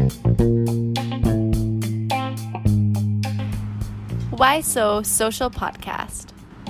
Why So Social Podcast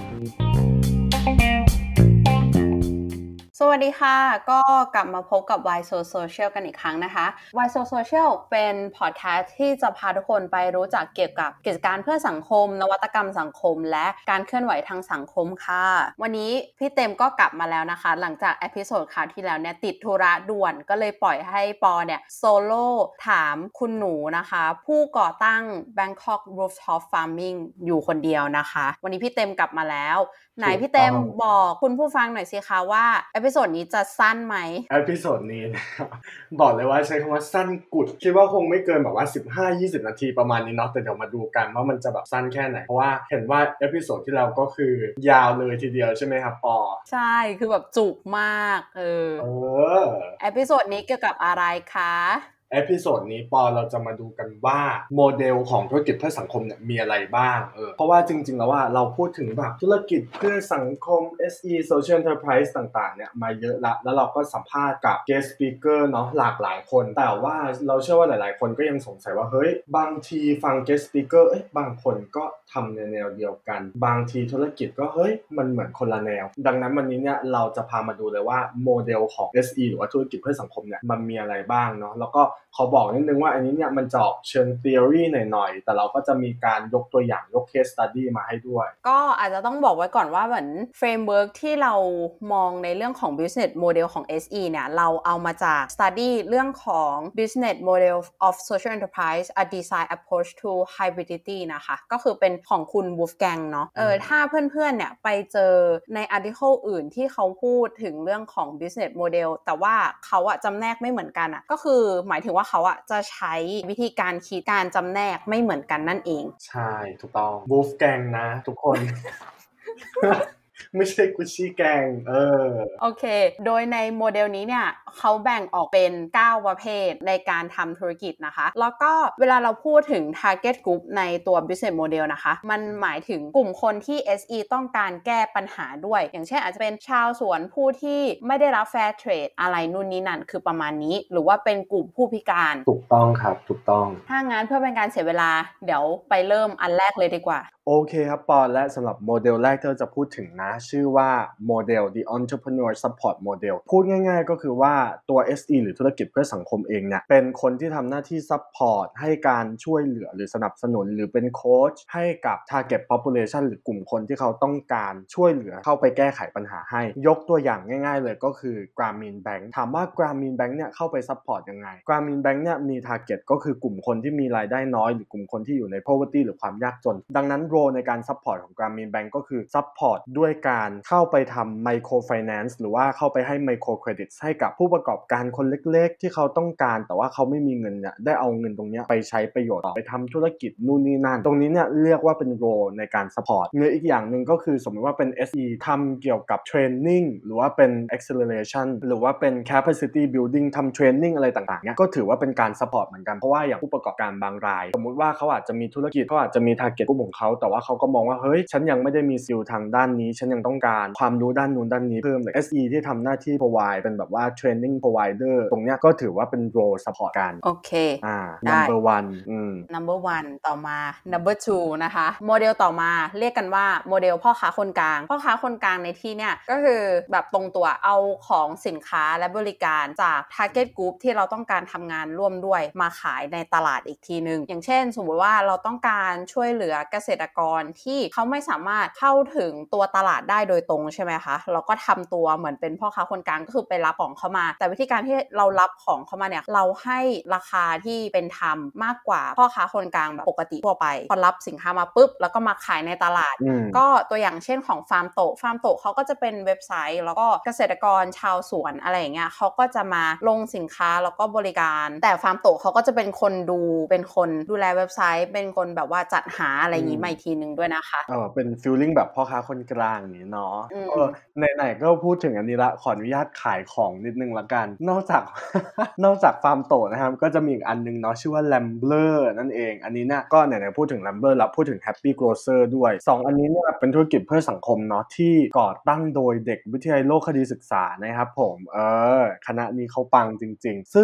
สวัสดีค่ะก็กลับมาพบกับ Why So Social กันอีกครั้งนะคะ Why So Social เป็นพอดแคสต์ที่จะพาทุกคนไปรู้จักเกี่ยวกับกิจการเพื่อสังคมนวัตกรรมสังคมและการเคลื่อนไหวทางสังคมค่ะวันนี้พี่เต็มก็กลับมาแล้วนะคะหลังจากเอพิโซดคราวที่แล้วเนี่ยติดธุระด่วนก็เลยปล่อยให้ปอเนี่ยโซโล่ถามคุณหนูนะคะผู้ก่อตั้ง Bangkok Rooftop Farming อยู่คนเดียวนะคะวันนี้พี่เต็มกลับมาแล้วไหนพี่เต็มบอกคุณผู้ฟังหน่อยสิคะว่าเอพิโซดนี้จะสั้นไหมเอพิโซดนี้นะบอกเลยว่าใช้คำว่าสั้นกุดคิดว่าคงไม่เกินแบบว่า 15-20 นาทีประมาณนี้เนาะแต่เดี๋ยวมาดูกันว่ามันจะแบบสั้นแค่ไหนเพราะว่าเห็นว่าเอพิโซดที่เราก็คือยาวเลยทีเดียวใช่ไหมครับปอใช่คือแบบจุกมากเอพิโซดนี้เกี่ยวกับอะไรคะเอพิโซดนี้ปอเราจะมาดูกันว่าโมเดลของธุรกิจเพื่อสังคมเนี่ยมีอะไรบ้างเพราะว่าจริงๆแล้วว่าเราพูดถึงแบบธุรกิจเพื่อสังคม SE Social Enterprise ต่างๆเนี่ยมาเยอะละแล้วเราก็สัมภาษณ์กับ guest speaker เนาะหลากหลายคนแต่ว่าเราเชื่อว่าหลายๆคนก็ยังสงสัยว่าเฮ้ยบางทีฟัง guest speaker บางคนก็ทำในแนวเดียวกันบางทีธุรกิจก็เฮ้ยมันเหมือนคนละแนวดังนั้นวันนี้เนี่ยเราจะพามาดูเลยว่าโมเดลของ SE หรือว่าธุรกิจเพื่อสังคมเนี่ยมันมีอะไรบ้างเนาะแล้วก็ขอบอกนิดนึงว่าอันนี้เนี่ยมันจะออกเชิง theory หน่อยๆแต่เราก็จะมีการยกตัวอย่างยก case study มาให้ด้วยก็อาจจะต้องบอกไว้ก่อนว่าเหมือน framework ที่เรามองในเรื่องของ business model ของ SE เนี่ยเราเอามาจาก study เรื่องของ business model of social enterprise a design approach to hybridity นะคะก็คือเป็นของคุณ Wolfgang เนาะถ้าเพื่อนๆเนี่ยไปเจอใน article อื่นที่เขาพูดถึงเรื่องของ business model แต่ว่าเขาอะจำแนกไม่เหมือนกันอะก็คือหมายถึงว่าเขาอะจะใช้วิธีการคิดการจำแนกไม่เหมือนกันนั่นเองใช่ถูกต้อง Wolfgang นะทุกคน ไม่ใช่กุชชี่แกงโอเคโดยในโมเดลนี้เนี่ยเขาแบ่งออกเป็น9ประเภทในการทำธุรกิจนะคะแล้วก็เวลาเราพูดถึง target group ในตัว business model นะคะมันหมายถึงกลุ่มคนที่ SE ต้องการแก้ปัญหาด้วยอย่างเช่นอาจจะเป็นชาวสวนผู้ที่ไม่ได้รับ fair trade อะไรนู่นนี่นั่นคือประมาณนี้หรือว่าเป็นกลุ่มผู้พิการถูกต้องครับถูกต้องถ้างั้นเพื่อเป็นการเสียเวลาเดี๋ยวไปเริ่มอันแรกเลยดีกว่าโอเคครับปอนและสำหรับโมเดลแรกที่เราจะพูดถึงนะชื่อว่าโมเดล The Entrepreneur Support Model พูดง่ายๆก็คือว่าตัว SE หรือธุรกิจเพื่อสังคมเองเนี่ยเป็นคนที่ทำหน้าที่ Support ให้การช่วยเหลือหรือสนับสนุนหรือเป็นโค้ชให้กับ Target Population หรือกลุ่มคนที่เขาต้องการช่วยเหลือเข้าไปแก้ไขปัญหาให้ยกตัวอย่างง่ายๆเลยก็คือ Grameen Bank ถามว่า Grameen Bank เนี่ยเข้าไป Support ยังไง Grameen Bank เนี่ยมี Target ก็คือกลุ่มคนที่มีรายได้น้อยหรือกลุ่มคนที่อยู่ใน poverty หรือความยากจนดังนั้นในการซัพพอร์ตของ Grameen Bank ก็คือซัพพอร์ตด้วยการเข้าไปทำ Micro Finance หรือว่าเข้าไปให้ Micro Credit ให้กับผู้ประกอบการคนเล็กๆที่เขาต้องการแต่ว่าเขาไม่มีเงินเนี่ยได้เอาเงินตรงนี้ไปใช้ประโยชน์ไปทำธุรกิจนู่นนี่นั่นตรงนี้เนี่ยเรียกว่าเป็นโรในการซัพพอร์ตหรืออีกอย่างนึงก็คือสมมติว่าเป็น SE ทำเกี่ยวกับ Training หรือว่าเป็น Acceleration หรือว่าเป็น Capacity Building ทำ Training อะไรต่างๆเนี่ยก็ถือว่าเป็นการซัพพอร์ตเหมือนกันเพราะว่าอย่างผู้ประกอบการบางรายสมมุติว่าเขาอาจจะมีธุรกิจเขาอาจจะมี Target กลุ่มของเขาแต่ว่าเขาก็มองว่าเฮ้ยฉันยังไม่ได้มีสกิลทางด้านนี้ฉันยังต้องการความรู้ด้านนู้นด้านนี้เพิ่มเลย SE ที่ทำหน้าที่ provide เป็นแบบว่า training provider ตรงเนี้ยก็ถือว่าเป็น role support กันโอเค number number 1ต่อมา number 2นะคะโมเดลต่อมาเรียกกันว่าโมเดลพ่อค้าคนกลางพ่อค้าคนกลางในที่เนี้ยก็คือแบบตรงตัวเอาของสินค้าและบริการจาก target group ที่เราต้องการทำงานร่วมด้วยมาขายในตลาดอีกทีนึงอย่างเช่นสมมติว่าเราต้องการช่วยเหลือเกษตรกรที่เขาไม่สามารถเข้าถึงตัวตลาดได้โดยตรงใช่ไหมคะเราก็ทำตัวเหมือนเป็นพ่อค้าคนกลางก็คือไปรับของเข้ามาแต่วิธีการที่เรารับของเข้ามาเนี่ยเราให้ราคาที่เป็นธรรมมากกว่าพ่อค้าคนกลางแบบปกติทั่วไปพอรับสินค้ามาปุ๊บแล้วก็มาขายในตลาดก็ตัวอย่างเช่นของฟาร์มโตะเขาก็จะเป็นเว็บไซต์แล้วก็เกษตรกรชาวสวนอะไรอย่างเงี้ยเขาก็จะมาลงสินค้าแล้วก็บริการแต่ฟาร์มโตะเขาก็จะเป็นคนเป็นคนดูแลเว็บไซต์เป็นคนแบบว่าจัดหาอะไรอย่างงี้มาอีกทีนึงด้วยนะคะเป็นฟีลลิ่งแบบพ่อค้าคนกลางอย่างนี้เนาะไหนๆก็พูดถึงอันนี้ละขออนุญาตขายของนิดนึงละกันนอกจากฟาร์มโตะนะครับก็จะมีอีกอันนึงเนาะชื่อว่า Rambler นั่นเองอันนี้เนี่ยก็ไหนๆพูดถึง Rambler แล้วพูดถึง Happy Grocer ด้วย2อันนี้เนี่ยเป็นธุรกิจเพื่อสังคมเนาะที่ก่อตั้งโดยเด็กวิทยาลัยโลกคดีศึกษานะครับผมคณะนี้เขาปังจริงๆซึ่ง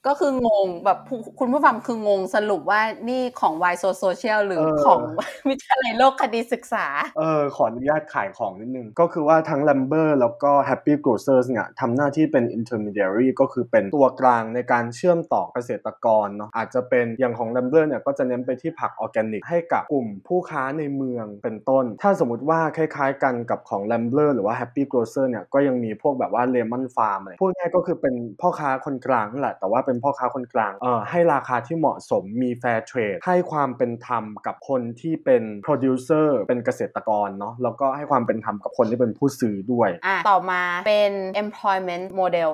ก็คืองงแบบคุณผู้ฟังคืองงสรุปว่านี่ของ Why So Social หรือของ วิทยาลัยโลกคดีศึกษาขออนุญาตขายของนิดนึงก็คือว่าทั้ง Lambert แล้วก็ Happy Grocers เนี่ยทำหน้าที่เป็น intermediary ก็คือเป็นตัวกลางในการเชื่อมต่อเกษตรกรเนาะอาจจะเป็นอย่างของ Lambert เนี่ยก็จะเน้นไปที่ผักออร์แกนิกให้กับกลุ่มผู้ค้าในเมืองเป็นต้นถ้าสมมติว่าคล้ายๆกันกับของ Lambert หรือว่า Happy Grocer เนี่ยก็ยังมีพวกแบบว่า Lemon Farm อะไรพวกนี้ก็คือเป็นพ่อค้าคนกลางนั่นแหละแต่ว่าเป็นพ่อค้าคนกลางให้ราคาที่เหมาะสมมี fair trade ให้ความเป็นธรรมกับคนที่เป็น producer เป็นเกษตรกรเนาะแล้วก็ให้ความเป็นธรรมกับคนที่เป็นผู้ซื้อด้วยต่อมาเป็น employment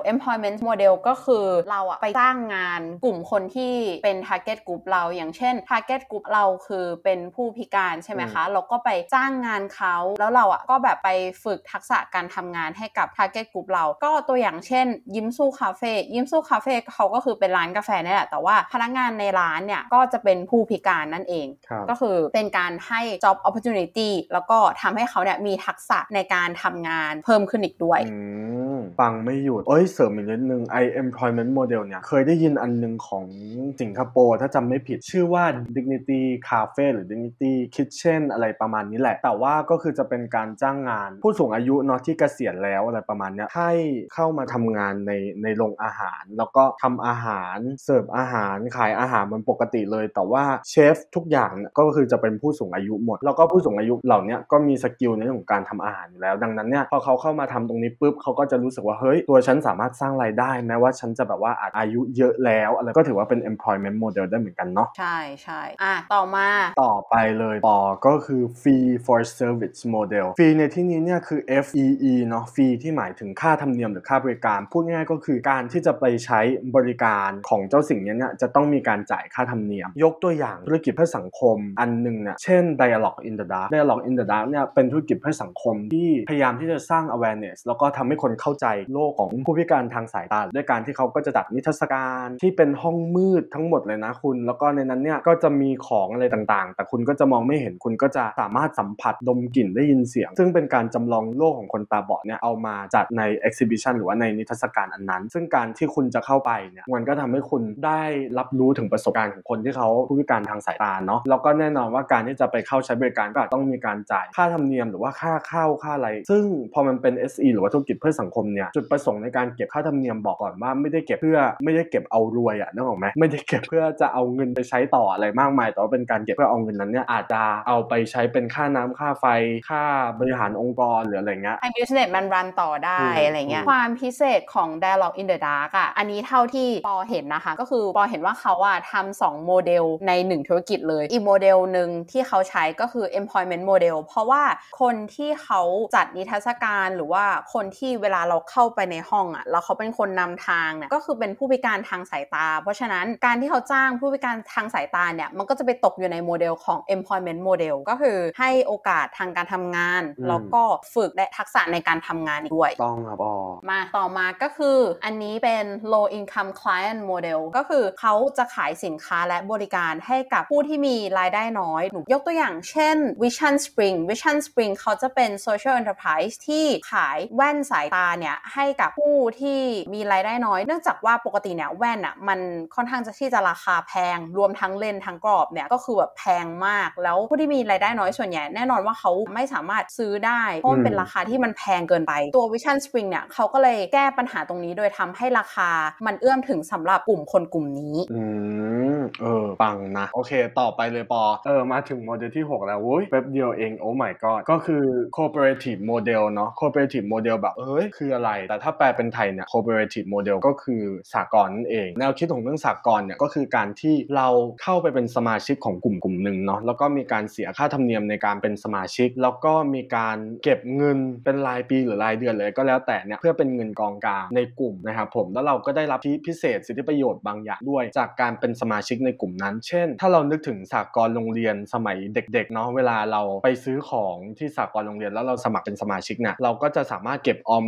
model ก็คือเราไปสร้างงานกลุ่มคนที่เป็น target group เราอย่างเช่น target group เราคือเป็นผู้พิการใช่ไหมคะเราก็ไปจ้างงานเขาแล้วเราก็แบบไปฝึกทักษะการทำงานให้กับ target group เราก็ตัวอย่างเช่นยิ้มสู้คาเฟ่เขาก็คือเป็นร้านกาแฟนี่แหละแต่ว่าพนักงานในร้านเนี่ยก็จะเป็นผู้พิการนั่นเองก็คือเป็นการให้ job opportunity แล้วก็ทำให้เขาเนี่ยมีทักษะในการทำงานเพิ่มขึ้นอีกด้วยฟังไม่หยุดเสริมอีกนิดนึงemployment model เนี่ยเคยได้ยินอันนึงของสิงคโปร์ถ้าจำไม่ผิดชื่อว่า Dignity Cafe หรือ Dignity Kitchen อะไรประมาณนี้แหละแต่ว่าก็คือจะเป็นการจ้างงานผู้สูงอายุเนาะที่เกษียณแล้วอะไรประมาณนี้ให้เข้ามาทำงานในโรงอาหารแล้วก็ทำอาหารเสิร์ฟอาหารขายอาหารมันปกติเลยแต่ว่าเชฟทุกอย่างก็คือจะเป็นผู้สูงอายุหมดแล้วก็ผู้สูงอายุเหล่านี้ก็มีสกิลในเรื่องของการทำอาหารอยู่แล้วดังนั้นเนี่ยพอเขาเข้ามาทำตรงนี้ปุ๊บเขาก็จะรู้สึกว่าเฮ้ยตัวฉันสามารถสร้างรายได้แม้ว่าฉันจะแบบว่าอายุเยอะแล้วอะไรก็ถือว่าเป็น employment model ได้เหมือนกันเนาะใช่ต่อไปเลยก็คือ fee for service model fee ในที่นี้เนี่ยคือ FEE เนาะ fee ที่หมายถึงค่าธรรมเนียมหรือค่าบริการพูดง่ายๆก็คือการที่จะไปใช้บริการของเจ้าสิ่งนี้เนี่ยจะต้องมีการจ่ายค่าธรรมเนียมยกตัวอย่างธุรกิจเพื่อสังคมอันนึงเนี่ยเช่น Dialogue in the Dark เนี่ยเป็นธุรกิจเพื่อสังคมที่พยายามที่จะสร้าง awareness แล้วก็ทำให้คนเข้าใจโลกของผู้พิการทางสายตาด้วยการที่เขาก็จะจัดนิทรรศการที่เป็นห้องมืดทั้งหมดเลยนะคุณแล้วก็ในนั้นเนี่ยก็จะมีของอะไรต่างๆแต่คุณก็จะมองไม่เห็นคุณก็จะสามารถสัมผัสดมกลิ่นได้ยินเสียงซึ่งเป็นการจำลองโลกของคนตาบอดเนี่ยเอามาจัดใน exhibition หรือว่าในนิทรรศการอันนั้นซึ่งการที่คุณจะเข้าไปเนี่ยมันก็ทำให้คุณได้รับรู้ถึงประสบการณ์ของคนที่เขาผู้พิการทางสายตาเนาะแล้วก็แน่นอนว่าการที่จะไปเข้าใช้บริการก็ต้องมีการจ่ายค่าธรรมเนียมหรือว่าค่าเข้าค่าอะไรซึ่งพอมันเป็น SE หรือว่าธุรกิจเพื่อสังคมเนี่ยจุดประสงค์ในการเก็บค่าธรรมเนียมบอกก่อนว่าไม่ได้เก็บเอารวยนึกออกไหมไม่ได้เก็บเพื่อจะเอาเงินไปใช้ต่ออะไรมากมายแต่ว่าเป็นการเก็บเพื่อเอาเงินนั้นเนี่ยอาจจะเอาไปใช้เป็นค่าน้ำค่าไฟค่าบริหารองค์กรหรืออะไรเงี้ยให้ business มันรันต่อได้อะไรเงี้ยความพิเศษของ Dialogue in the Dark อันนี้เท่าที่ปอเห็นนะคะก็คือปอเห็นว่าเขาทำ2โมเดลใน1ธุรกิจเลยอีกโมเดลนึงที่เขาใช้ก็คือ employment model เพราะว่าคนที่เขาจัดนิทรรศการหรือว่าคนที่เวลาเราเข้าไปในห้องแล้วเขาเป็นคนนำทางเนี่ยก็คือเป็นผู้พิการทางสายตาเพราะฉะนั้นการที่เขาจ้างผู้พิการทางสายตาเนี่ยมันก็จะไปตกอยู่ในโมเดลของ employment model ก็คือให้โอกาสทางการทำงานแล้วก็ฝึกและทักษะในการทำงานอีกด้วยต้องครับมาต่อมาก็คืออันนี้เป็น low income client model ก็คือเขาจะขายสินค้าและบริการให้กับผู้ที่มีรายได้น้อยยกตัวอย่างเช่น Vision Spring เขาจะเป็น social enterprise ที่ขายแว่นสายตาเนี่ยให้กับผู้ที่มีรายได้น้อยเนื่องจากว่าปกติเนี่ยแว่นมันค่อนข้างจะที่จะราคาแพงรวมทั้งเลนส์ทั้งกรอบเนี่ยก็คือแบบแพงมากแล้วผู้ที่มีรายได้น้อยส่วนใหญ่แน่นอนว่าเขาไม่สามารถซื้อได้เพราะมันเป็นราคาที่มันแพงเกินไปตัว Vision Spring เนี่ยเขาก็เลยแก้ปัญหาตรงนี้โดยทำให้ราคามันเอื้อมถึงสำหรับกลุ่มคนกลุ่มนี้ปังนะโอเคต่อไปเลยปอมาถึงโมเดลที่6แล้วแป๊บเดียวเองโอ้ my god ก็คือ cooperative model เนาะ cooperative model แบบคืออะไรแต่ถ้าแปลเป็นไทยเนี่ย cooperative model ก็คือสหกรณ์นั่นเองแนวคิดของเรื่องสหกรณ์เนี่ยก็คือการที่เราเข้าไปเป็นสมาชิกของกลุ่มนึงเนาะแล้วก็มีการเสียค่าธรรมเนียมในการเป็นสมาชิกแล้วก็มีการเก็บเงินเป็นรายปีหรือรายเดือนเลยก็แล้วแต่เนี่ยเพื่อเป็นเงินกองกลางในกลุ่มนะครับผมแล้วเราก็ได้รับพิเศษสิทธิประโยชน์บางอย่างด้วยจากการเป็นสมาชิกในกลุ่มนั้นเช่นถ้าเรานึกถึงสหกรณ์โรงเรียนสมัยเด็กๆเนาะเวลาเราไปซื้อของที่สหกรณ์โรงเรียนแล้วเราสมัครเป็นสมาชิกเนี่ยเราก็จะสามารถเก็บออมเงินกับส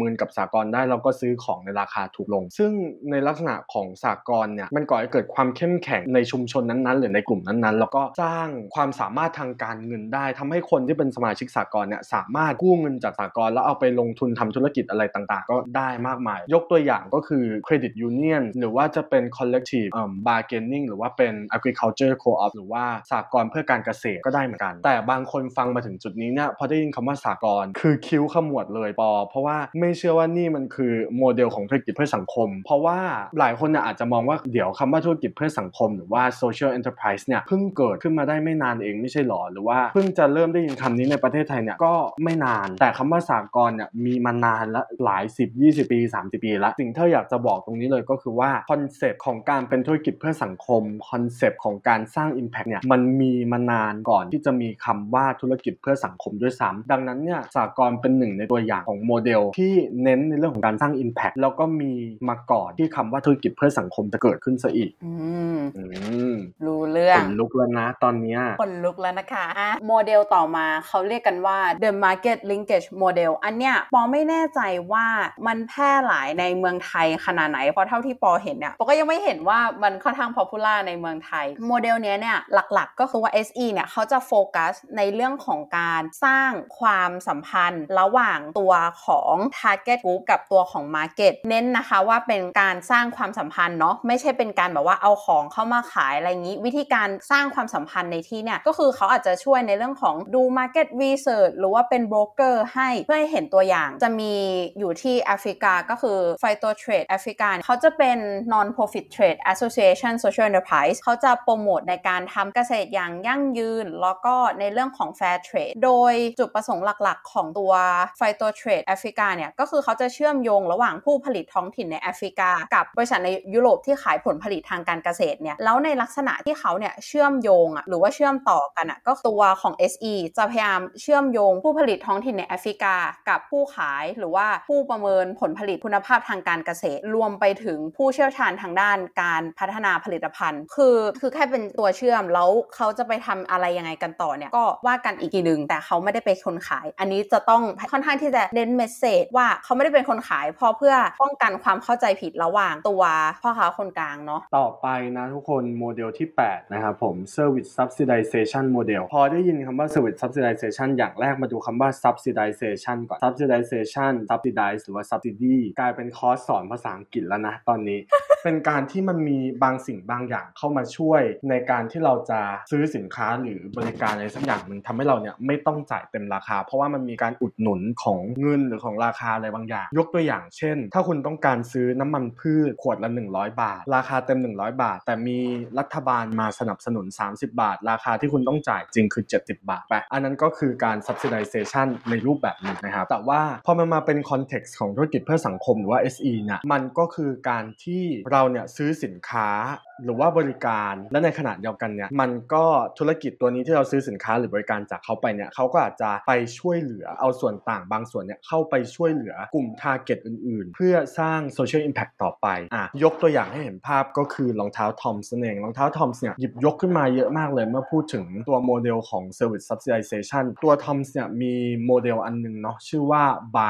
ากลได้แล้วก็ซื้อของในราคาถูกลงซึ่งในลักษณะของสหกรณ์เนี่ยมันก่อให้เกิดความเข้มแข็งในชุมชนนั้นๆหรือในกลุ่มนั้นๆแล้วก็สร้างความสามารถทางการเงินได้ทำให้คนที่เป็นสมาชิกสหกรณ์เนี่ยสามารถกู้เงินจากสหกรณ์แล้วเอาไปลงทุนทำธุรกิจอะไรต่างๆก็ได้มากมายยกตัวอย่างก็คือ Credit Union หรือว่าจะเป็น Collective Bargaining หรือว่าเป็น Agriculture Co-op หรือว่าสหกรณ์เพื่อการเกษตรก็ได้เหมือนกันแต่บางคนฟังมาถึงจุดนี้เนี่ยพอได้ยินคำว่าสหกรณ์คือคิ้วขมวดเลยเพราะว่าไม่เชื่อว่านี่มันคือโมเดลของธุรกิจเพื่อสังคมเพราะว่าหลายคนเนี่ยอาจจะมองว่าเดี๋ยวคำว่าธุรกิจเพื่อสังคมหรือว่า social enterprise เนี่ยเพิ่งเกิดขึ้นมาได้ไม่นานเองไม่ใช่หรอหรือว่าเพิ่งจะเริ่มได้ยินคำนี้ในประเทศไทยเนี่ยก็ไม่นานแต่คำว่าสหกรณ์เนี่ยมีมานานและหลาย10-20 ปี30 ปีแล้วสิ่งที่อยากจะบอกตรงนี้เลยก็คือว่าคอนเซปต์ของการเป็นธุรกิจเพื่อสังคมคอนเซปต์ของการสร้าง impact เนี่ยมันมีมานานก่อนที่จะมีคำว่าธุรกิจเพื่อสังคมด้วยซ้ำดังนั้นเนี่ยสหกรณ์เป็นหนึ่งในตัวอย่างของโมเดลที่เน้นในเรื่องของการสร้าง impact แล้วก็มีมาก่อนที่คำว่าธุรกิจเพื่อสังคมจะเกิดขึ้นซะอีกรู้เรื่องขนลุกแล้วนะตอนนี้ขนลุกแล้วนะคะโมเดลต่อมาเขาเรียกกันว่า the market linkage model อันเนี้ยปอไม่แน่ใจว่ามันแพร่หลายในเมืองไทยขนาดไหนเพราะเท่าที่ปอเห็นเนี่ยปอก็ยังไม่เห็นว่ามันค่อนข้าง popular ในเมืองไทยโมเดลเนี้ยเนี่ยหลักๆก็คือว่า SE เนี่ยเขาจะโฟกัสในเรื่องของการสร้างความสัมพันธ์ระหว่างตัวของ target group กับตัวของ market เน้นนะคะว่าเป็นการสร้างความสัมพันธ์เนาะไม่ใช่เป็นการแบบว่าเอาของเข้ามาขายอะไรอย่างนี้วิธีการสร้างความสัมพันธ์ในที่เนี่ยก็คือเขาอาจจะช่วยในเรื่องของดู market research หรือว่าเป็นโบรกเกอร์ให้เพื่อให้เห็นตัวอย่างจะมีอยู่ที่แอฟริกาก็คือ Phytotrade แอฟริกาเขาจะเป็น non-profit trade association social enterprise เขาจะโปรโมทในการทำเกษตรอย่างยั่งยืนแล้วก็ในเรื่องของ fair trade โดยจุดประสงค์หลักๆของตัว Phytotrade แอฟริกาเนี่ยก็คือเขาจะเชื่อมโยงระหว่างผู้ผลิตท้องถิ่นในแอฟริกากับบริษัทในยุโรปที่ขายผลผลิตทางการเกษตรเนี่ยแล้วในลักษณะที่เขาเนี่ยเชื่อมโยงหรือว่าเชื่อมต่อกันก็ตัวของ SE จะพยายามเชื่อมโยงผู้ผลิตท้องถิ่นในแอฟริกากับผู้ขายหรือว่าผู้ประเมินผลผลิตคุณภาพทางการเกษตรรวมไปถึงผู้เชี่ยวชาญทางด้านการพัฒนาผลิตภัณฑ์คือแค่เป็นตัวเชื่อมแล้วเขาจะไปทำอะไรยังไงกันต่อเนี่ยก็ว่ากันอีกทีนึงแต่เขาไม่ได้เป็นคนขายอันนี้จะต้องค่อนข้างที่จะเน้นเมสเสจว่าเขาไม่ได้เป็นคนขายเพื่อป้องกันความเข้าใจผิดระหว่างตัวพ่อค้าคนกลางเนาะต่อไปนะทุกคนโมเดลที่8นะครับผม Service Subsidization Model พอได้ยินคำว่า Service Subsidization อย่างแรกมาดูคำว่า Subsidization ก่อน Subsidization Subsidize หรือว่า Subsidy กลายเป็นคอร์สสอนภาษาอังกฤษแล้วนะตอนนี้ เป็นการที่มันมีบางสิ่งบางอย่างเข้ามาช่วยในการที่เราจะซื้อสินค้าหรือบริการอะไรสักอย่างนึงทำให้เราเนี่ยไม่ต้องจ่ายเต็มราคาเพราะว่ามันมีการอุดหนุนของเงินหรือของราคาอะไรบางอย่างยกตัวอย่างเช่นถ้าคุณต้องการซื้อน้ำมันพืชขวดละ100 บาทราคาเต็ม100 บาทแต่มีรัฐบาลมาสนับสนุน30 บาทราคาที่คุณต้องจ่ายจริงคือ70 บาทไปอันนั้นก็คือการ subsidization ในรูปแบบนึงนะครับแต่ว่าพอมันมาเป็น context ของธุรกิจเพื่อสังคมหรือว่า SE เนี่ยมันก็คือการที่เราเนี่ยซื้อสินค้าหรือว่าบริการและในขณะเดียวกันเนี่ยมันก็ธุรกิจตัวนี้ที่เราซื้อสินค้าหรือบริการจากเขาไปเนี่ยเขาก็อาจจะไปช่วยเหลือเอาส่วนต่างบางส่วนเนี่ยเข้าไปช่วยเหลือกลุ่ม target อื่นๆเพื่อสร้าง social impact ต่อไปยกตัวอย่างให้เห็นภาพก็คือรองเท้า Toms นั่นเองรองเท้า Toms เนี่ยหยิบยกขึ้นมาเยอะมากเลยเมื่อพูดถึงตัวโมเดลของ service subsidization ตัว Toms เนี่ยมีโมเดลอันนึงเนาะชื่อว่า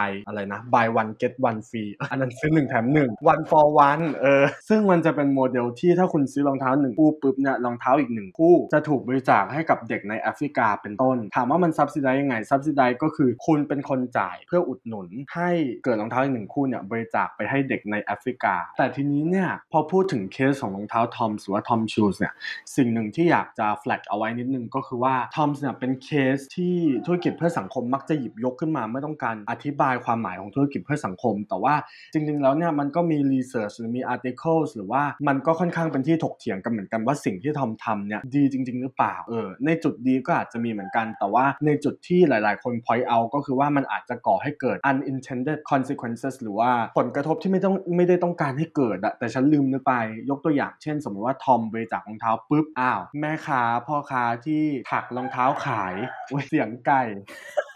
buy one get one free อันนั้นซื้อ1แถม1 one for one ซึ่งมันจะเป็นโมเดลที่ถ้าคุณซื้อรองเท้า1คู่ปุ๊บเนี่ยรองเท้าอีก1คู่จะถูกบริจาคให้กับเด็กในแอฟริกาเป็นต้นถามว่ามัน subsidize ยังไง subsidize ก็คือคุณเป็นคนจ่ายเพื่ออุดหนุนให้เกิดรองเท้าอีก1คู่เนี่ยบริจาคไปให้เด็กในแอฟริกาแต่ทีนี้เนี่ยพอพูดถึงเคสของรองเท้า Toms หรือว่า Tom Shoes เนี่ยสิ่งหนึ่งที่อยากจะ flag เอาไว้นิดนึงก็คือว่า Toms เนี่ยเป็นเคสที่ธุรกิจเพื่อสังคมมักจะหยิบยกขึ้นมาเมื่อต้องการอธิบายความหมายของธุรกิจเพื่อสังคมแต่ว่าจริงๆแล้วเนี่ยมันก็มี research หรือมี articles หรือว่ามันก็ค่อนข้างเป็นที่ถกเถียงกันเหมือนกันว่าสิ่งที่Tomทำเนี่ยดีจริงๆหรือเปล่าในจุดดีก็อาจจะมีเหมือนกันแต่ว่าในจุดที่หลายๆคน point out ก็คือว่ามันอาจจะก่อให้เกิด unintended consequences หรือว่าผลกระทบที่ไม่ได้ต้องการให้เกิดแต่ฉันลืมนึกไปยกตัวอย่างเช่นสมมติว่าทอมบริจาครองเท้าปุ๊บแม่ค้าพ่อค้าที่ถักรองเท้าขายเสียงไก่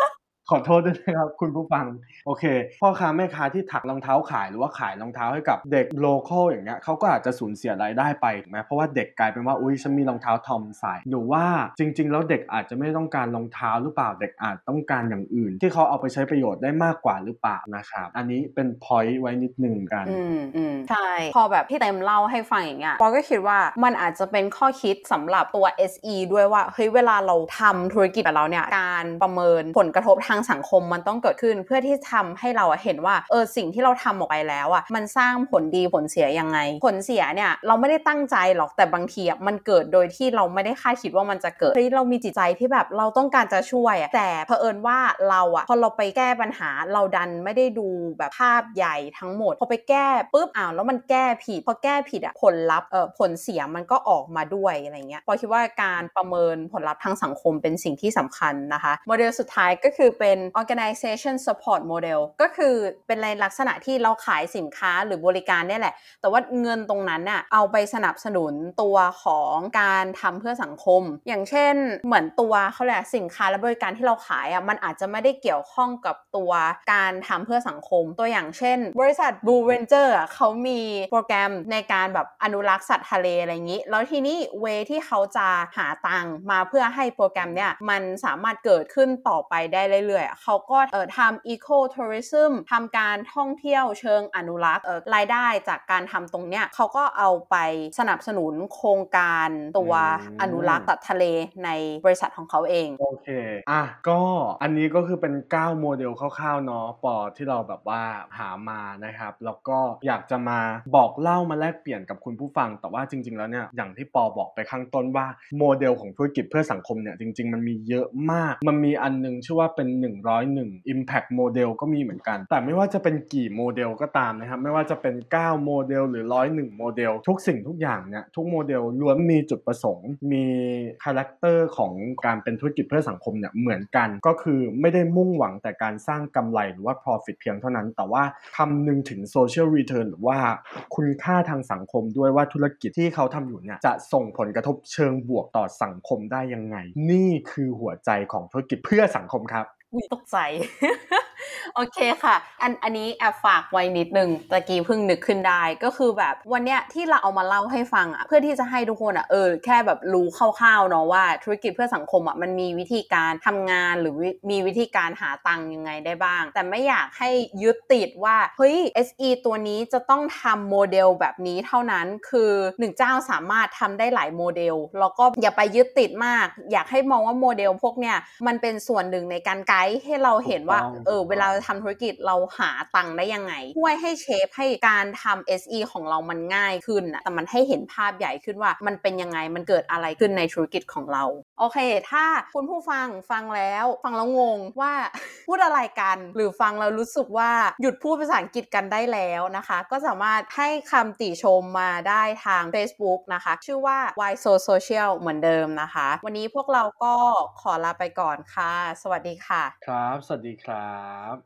ขอโทษด้วยนะครับคุณผู้ฟังโอเคพ่อค้าแม่ค้าที่ถักรองเท้าขายหรือว่าขายรองเท้าให้กับเด็กโลคอลอย่างเงี้ยเขาก็อาจจะสูญเสียรายได้ไปถูกไหมเพราะว่าเด็กกลายเป็นว่าอุ๊ยฉันมีรองเท้าทอมใส่หรือว่าจริงๆแล้วเด็กอาจจะไม่ต้องการรองเท้าหรือเปล่าเด็กอาจต้องการอย่างอื่นที่เขาเอาไปใช้ประโยชน์ได้มากกว่าหรือเปล่านะครับอันนี้เป็น point ไว้นิดนึงกันใช่พอแบบพี่เต็มเล่าให้ฟังอย่างเงี้ยปอก็คิดว่ามันอาจจะเป็นข้อคิดสำหรับตัว SE ด้วยว่าเฮ้ยเวลาเราทำธุรกิจแบบเราเนี่ยการประเมินผลกระทบทางสังคมมันต้องเกิดขึ้นเพื่อที่ทำให้เราเห็นว่าสิ่งที่เราทำออกไปแล้วมันสร้างผลดีผลเสียยังไงผลเสียเนี่ยเราไม่ได้ตั้งใจหรอกแต่บางทีมันเกิดโดยที่เราไม่ได้คาดคิดว่ามันจะเกิดเฮ้ยเรามีจิตใจที่แบบเราต้องการจะช่วยแต่เผอิญว่าเราพอเราไปแก้ปัญหาเราดันไม่ได้ดูแบบภาพใหญ่ทั้งหมดพอไปแก้ปุ๊บแล้วมันแก้ผิดพอแก้ผิดผลลัพธ์ผลเสียมันก็ออกมาด้วยอะไรเงี้ยปอคิดว่าการประเมินผลลัพธ์ทางสังคมเป็นสิ่งที่สำคัญนะคะโมเดลสุดท้ายก็คือเป็น organization support model ก็คือเป็นในลักษณะที่เราขายสินค้าหรือบริการเนี่ยแหละแต่ว่าเงินตรงนั้นน่ะเอาไปสนับสนุนตัวของการทำเพื่อสังคมอย่างเช่นเหมือนตัวเขาเรียกสินค้าและบริการที่เราขายมันอาจจะไม่ได้เกี่ยวข้องกับตัวการทำเพื่อสังคมตัวอย่างเช่นบริษัท Blue Ranger เขามีโปรแกรมในการแบบอนุรักษ์สัตว์ทะเลอะไรอย่างนี้แล้วทีนี้เวที่เขาจะหาตังค์มาเพื่อให้โปรแกรมเนี่ยมันสามารถเกิดขึ้นต่อไปได้เรื่อยๆเขาก็ทำ eco tourism ทำการท่องเที่ยวเชิงอนุรักษ์รายได้จากการทำตรงเนี้ยเขาก็เอาไปสนับสนุนโครงการตัวอนุรักษ์สัตว์ทะเลในบริษัทของเขาเองโอเคก็อันนี้ก็คือเป็น9โมเดลคร่าวๆเนาะปอที่เราแบบว่าหามานะครับแล้วก็อยากจะมาบอกเล่ามาแลกเปลี่ยนกับคุณผู้ฟังแต่ว่าจริงๆแล้วเนี่ยอย่างที่ปอบอกไปข้างต้นว่าโมเดลของธุรกิจเพื่อสังคมเนี่ยจริงๆมันมีเยอะมากมันมีอันนึงชื่อว่าเป็น101 Impact Model ก็มีเหมือนกันแต่ไม่ว่าจะเป็นกี่โมเดลก็ตามนะครับไม่ว่าจะเป็น9โมเดลหรือ101โมเดลทุกสิ่งทุกอย่างเนี่ยทุกโมเดลล้วนมีจุดประสงค์มีคาแรคเตอร์ของการเป็นธุรกิจเพื่อสังคมเนี่ยเหมือนกันก็คือไม่ได้มุ่งหวังแต่การสร้างกำไรหรือว่า profit เพียงเท่านั้นแต่ว่าคำนึงถึง social return หรือว่าคุณค่าทางสังคมด้วยว่าธุรกิจที่เขาทำอยู่เนี่ยจะส่งผลกระทบเชิงบวกต่อสังคมได้ยังไงนี่คือหัวใจของธุรกิจเพื่อสังคมครับตกใจ โอเคค่ะอันนี้แอบฝากไว้นิดนึงตะกี้เพิ่งนึกขึ้นได้ก็คือแบบวันเนี้ยที่เราเอามาเล่าให้ฟังเพื่อที่จะให้ทุกคนแค่แบบรู้คร่าวๆเนาะว่าธุรกิจเพื่อสังคมมันมีวิธีการทำงานหรือมีวิธีการหาตังค์ยังไงได้บ้างแต่ไม่อยากให้ยึดติดว่าเฮ้ย SE ตัวนี้จะต้องทำโมเดลแบบนี้เท่านั้นคือ1เจ้าสามารถทำได้หลายโมเดลแล้วก็อย่าไปยึดติดมากอยากให้มองว่าโมเดลพวกเนี้ยมันเป็นส่วนหนึ่งในการไกด์ให้เราเห็นว่าเวลาทำธุรกิจเราหาตังค์ได้ยังไงช่วยให้เชฟให้การทำ SE ของเรามันง่ายขึ้นแต่มันให้เห็นภาพใหญ่ขึ้นว่ามันเป็นยังไงมันเกิดอะไรขึ้นในธุรกิจของเราโอเคถ้าคุณผู้ฟังแล้วงงว่า พูดอะไรกันหรือฟังแล้วรู้สึกว่าหยุดพูดภาษาอังกฤษกันได้แล้วนะคะก็สามารถให้คำติชมมาได้ทาง Facebook นะคะชื่อว่า Why So Social เหมือนเดิมนะคะวันนี้พวกเราก็ขอลาไปก่อนค่ะสวัสดีค่ะครับสวัสดีครับ